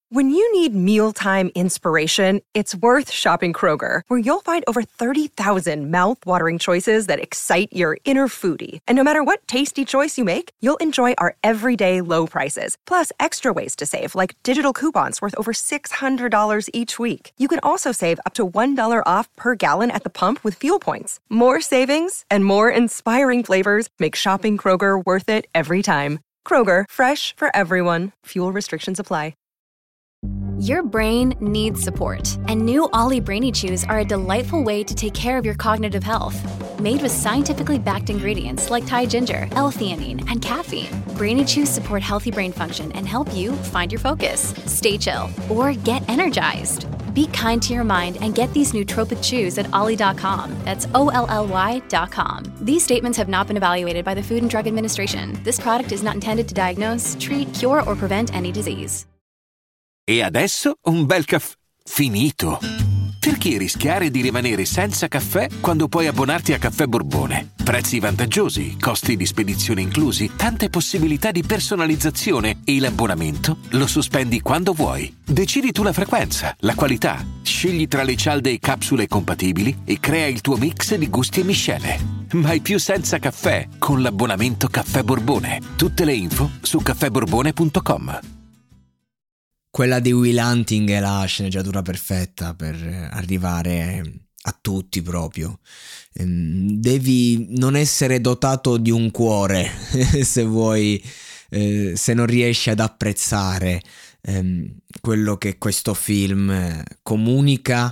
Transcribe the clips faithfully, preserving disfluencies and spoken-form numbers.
When you need mealtime inspiration, it's worth shopping Kroger, where you'll find over thirty thousand mouth-watering choices that excite your inner foodie. And no matter what tasty choice you make, you'll enjoy our everyday low prices, plus extra ways to save, like digital coupons worth over six hundred dollars each week. You can also save up to one dollar off per gallon at the pump with fuel points. More savings and more inspiring flavors make shopping Kroger worth it every time. Kroger, fresh for everyone. Fuel restrictions apply. Your brain needs support, and new Ollie Brainy Chews are a delightful way to take care of your cognitive health. Made with scientifically backed ingredients like Thai ginger, L-theanine, and caffeine, Brainy Chews support healthy brain function and help you find your focus, stay chill, or get energized. Be kind to your mind and get these nootropic chews at ollie dot com. That's O L L Y dot com. These statements have not been evaluated by the Food and Drug Administration. This product is not intended to diagnose, treat, cure, or prevent any disease. E adesso un bel caffè finito. Perché rischiare di rimanere senza caffè quando puoi abbonarti a Caffè Borbone? Prezzi vantaggiosi, costi di spedizione inclusi, tante possibilità di personalizzazione e l'abbonamento lo sospendi quando vuoi. Decidi tu la frequenza, la qualità, scegli tra le cialde e capsule compatibili e crea il tuo mix di gusti e miscele. Mai più senza caffè con l'abbonamento Caffè Borbone. Tutte le info su caffè borbone punto com. Quella di Will Hunting è la sceneggiatura perfetta per arrivare a tutti proprio. Devi non essere dotato di un cuore se vuoi, eh, se non riesci ad apprezzare ehm, quello che questo film comunica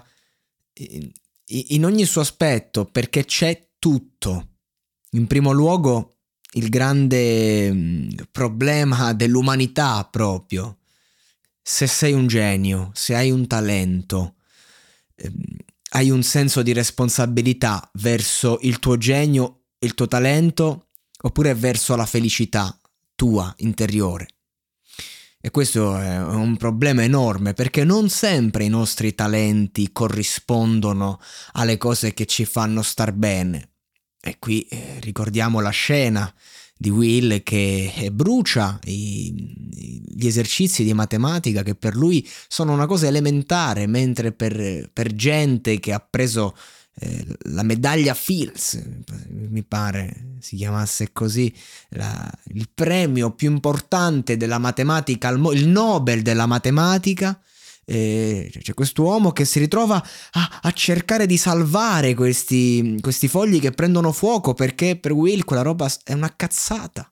in ogni suo aspetto, perché c'è tutto. In primo luogo il grande problema dell'umanità proprio. Se sei un genio, se hai un talento, ehm, hai un senso di responsabilità verso il tuo genio, il tuo talento, oppure verso la felicità tua interiore. E questo è un problema enorme, perché non sempre i nostri talenti corrispondono alle cose che ci fanno star bene. E qui eh, ricordiamo la scena di Will che brucia i, gli esercizi di matematica che per lui sono una cosa elementare, mentre per, per gente che ha preso eh, la medaglia Fields, mi pare si chiamasse così, la, il premio più importante della matematica, il Nobel della matematica, eh, c'è quest'uomo che si ritrova a, a cercare di salvare questi, questi fogli che prendono fuoco, perché per Will quella roba è una cazzata,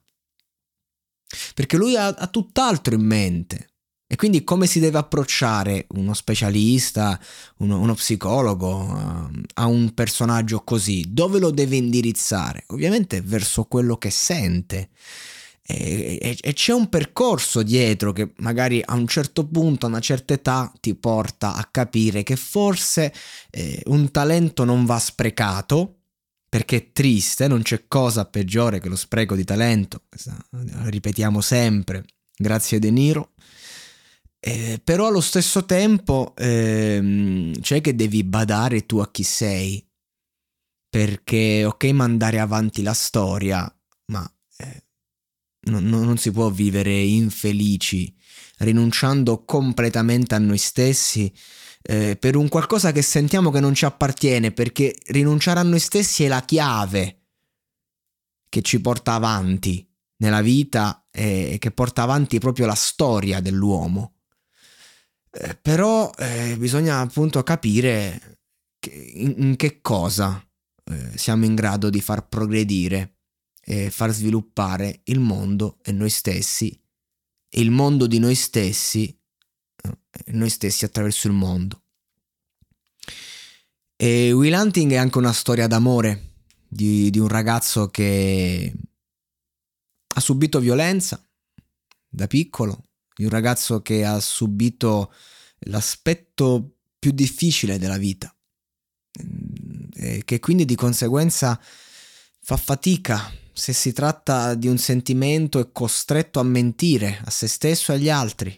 perché lui ha, ha tutt'altro in mente. E quindi come si deve approcciare uno specialista, uno, uno psicologo uh, a un personaggio così? Dove lo deve indirizzare? Ovviamente verso quello che sente. E, e, e c'è un percorso dietro che magari a un certo punto, a una certa età, ti porta a capire che forse eh, un talento non va sprecato, perché è triste, non c'è cosa peggiore che lo spreco di talento, lo ripetiamo sempre, grazie De Niro. Eh, però allo stesso tempo ehm, c'è che devi badare tu a chi sei, perché ok mandare avanti la storia, ma eh, non, non si può vivere infelici rinunciando completamente a noi stessi eh, per un qualcosa che sentiamo che non ci appartiene, perché rinunciare a noi stessi è la chiave che ci porta avanti nella vita e che porta avanti proprio la storia dell'uomo. Eh, però eh, bisogna appunto capire che, in, in che cosa eh, siamo in grado di far progredire e far sviluppare il mondo e noi stessi, e il mondo di noi stessi, eh, noi stessi attraverso il mondo. E Will Hunting è anche una storia d'amore di, di un ragazzo che ha subito violenza da piccolo, di un ragazzo che ha subito l'aspetto più difficile della vita e che quindi di conseguenza fa fatica, se si tratta di un sentimento è costretto a mentire a se stesso e agli altri.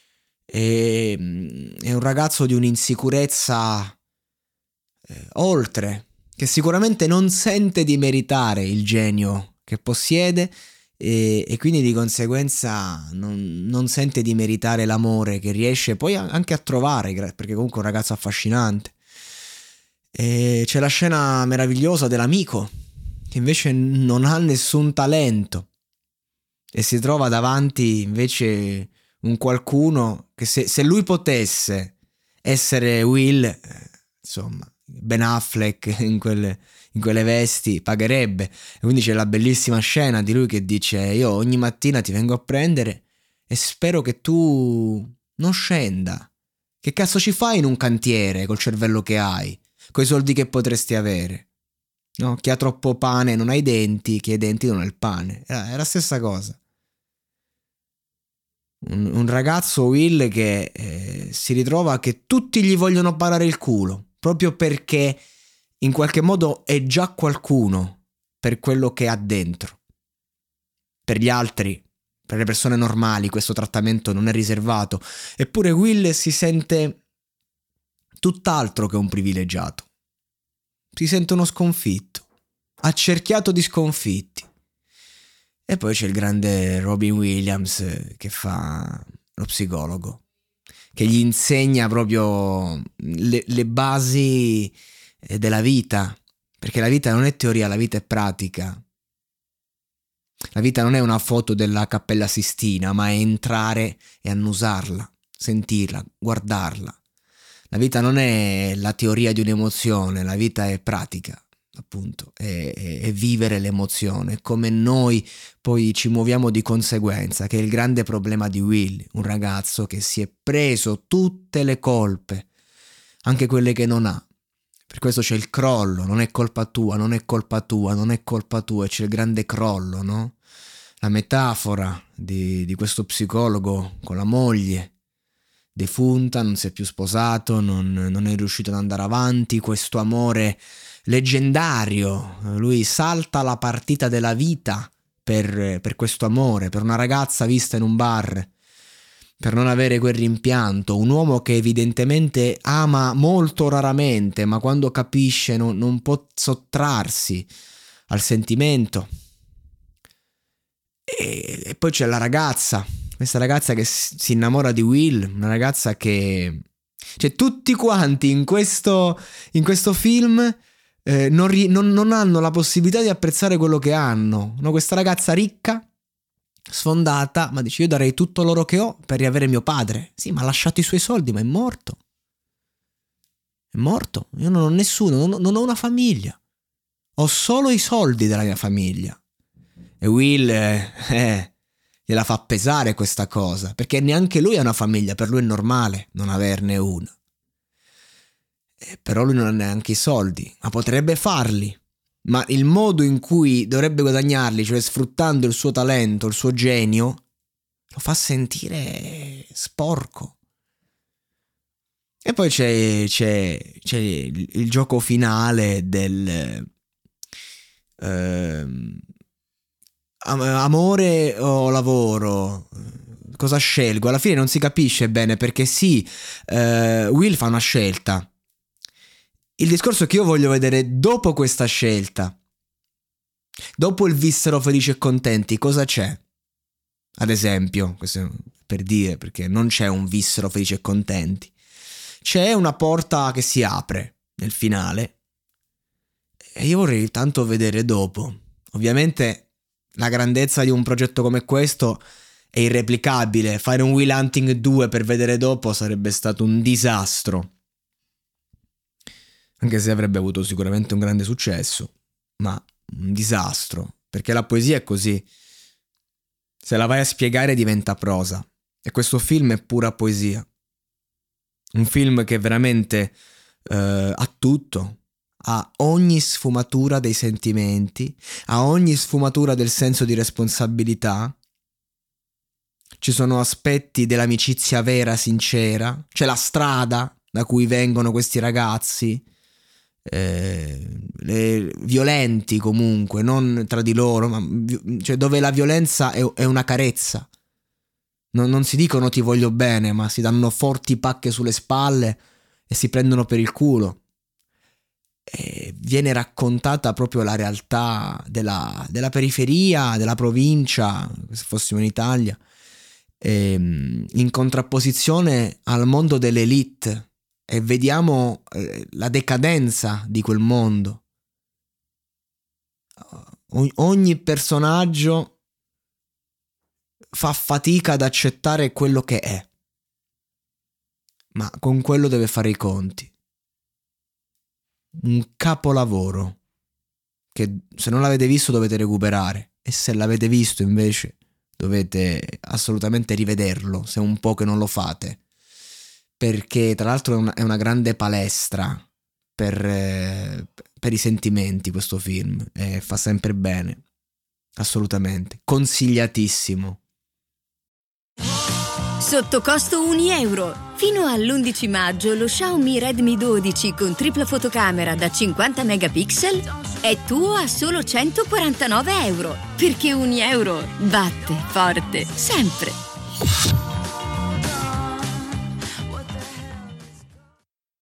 E, è un ragazzo di un'insicurezza eh, oltre, che sicuramente non sente di meritare il genio che possiede e, e quindi di conseguenza non, non sente di meritare l'amore che riesce poi anche a trovare, perché comunque è un ragazzo affascinante. E c'è la scena meravigliosa dell'amico che invece non ha nessun talento e si trova davanti invece un qualcuno che se, se lui potesse essere Will, eh, insomma Ben Affleck in quelle, in quelle vesti pagherebbe. E quindi c'è la bellissima scena di lui che dice: io ogni mattina ti vengo a prendere e spero che tu non scenda. Che cazzo ci fai in un cantiere col cervello che hai, coi soldi che potresti avere? No? Chi ha troppo pane non ha i denti, chi ha i denti non ha il pane. È la stessa cosa. Un, un ragazzo, Will, che eh, si ritrova che tutti gli vogliono parare il culo, proprio perché in qualche modo è già qualcuno per quello che ha dentro. Per gli altri, per le persone normali, questo trattamento non è riservato. Eppure Will si sente tutt'altro che un privilegiato. Si sente uno sconfitto, accerchiato di sconfitti. E poi c'è il grande Robin Williams che fa lo psicologo, che gli insegna proprio le, le basi della vita, perché la vita non è teoria, la vita è pratica. La vita non è una foto della Cappella Sistina, ma è entrare e annusarla, sentirla, guardarla. La vita non è la teoria di un'emozione, la vita è pratica, appunto, è, è, è vivere l'emozione, come noi poi ci muoviamo di conseguenza, che è il grande problema di Will, un ragazzo che si è preso tutte le colpe, anche quelle che non ha. Per questo c'è il crollo, non è colpa tua, non è colpa tua, non è colpa tua, e c'è il grande crollo, no? La metafora di, di questo psicologo con la moglie defunta, non si è più sposato, non, non è riuscito ad andare avanti, questo amore leggendario, lui salta la partita della vita per, per questo amore, per una ragazza vista in un bar, per non avere quel rimpianto, un uomo che evidentemente ama molto raramente, ma quando capisce non, non può sottrarsi al sentimento. E, e poi c'è la ragazza, questa ragazza che si innamora di Will, una ragazza che... Cioè tutti quanti in questo, in questo film eh, non, ri, non, non hanno la possibilità di apprezzare quello che hanno, no? Questa ragazza ricca, sfondata, ma dice: io darei tutto l'oro che ho per riavere mio padre. Sì, ma ha lasciato i suoi soldi, ma è morto. È morto. Io non ho nessuno, non, non ho una famiglia. Ho solo i soldi della mia famiglia. E Will eh, eh, gliela fa pesare questa cosa, perché neanche lui ha una famiglia, per lui è normale non averne una. Eh, però lui non ha neanche i soldi, ma potrebbe farli. Ma il modo in cui dovrebbe guadagnarli, cioè sfruttando il suo talento, il suo genio, lo fa sentire sporco. E poi c'è, c'è, c'è il, il gioco finale del eh, amore o lavoro. Cosa scelgo? Alla fine non si capisce bene, perché sì, eh, Will fa una scelta. Il discorso è che io voglio vedere dopo questa scelta, dopo il vissero felici e contenti, cosa c'è? Ad esempio, questo è per dire, perché non c'è un vissero felici e contenti. C'è una porta che si apre nel finale e io vorrei tanto vedere dopo. Ovviamente la grandezza di un progetto come questo è irreplicabile. Fare un Will Hunting due per vedere dopo sarebbe stato un disastro. Anche se avrebbe avuto sicuramente un grande successo, ma un disastro, perché la poesia è così. Se la vai a spiegare diventa prosa, e questo film è pura poesia. Un film che veramente eh, ha tutto, ha ogni sfumatura dei sentimenti, ha ogni sfumatura del senso di responsabilità. Ci sono aspetti dell'amicizia vera, sincera, c'è la strada da cui vengono questi ragazzi, Eh, le, violenti comunque, non tra di loro, ma cioè dove la violenza è, è una carezza. Non, non si dicono ti voglio bene, ma si danno forti pacche sulle spalle e si prendono per il culo. eh, viene raccontata proprio la realtà della, della periferia, della provincia, se fossimo in Italia, ehm, in contrapposizione al mondo dell'elite, e vediamo eh, la decadenza di quel mondo. O- ogni personaggio fa fatica ad accettare quello che è, ma con quello deve fare i conti. Un capolavoro che, se non l'avete visto, dovete recuperare, e se l'avete visto invece dovete assolutamente rivederlo, se è un po' che non lo fate, perché tra l'altro è una, è una grande palestra per, eh, per i sentimenti questo film, e fa sempre bene, assolutamente, consigliatissimo. Sotto costo un euro. Fino all'undici maggio lo Xiaomi Redmi dodici con tripla fotocamera da cinquanta megapixel è tuo a solo centoquarantanove euro. Perché un euro batte forte sempre.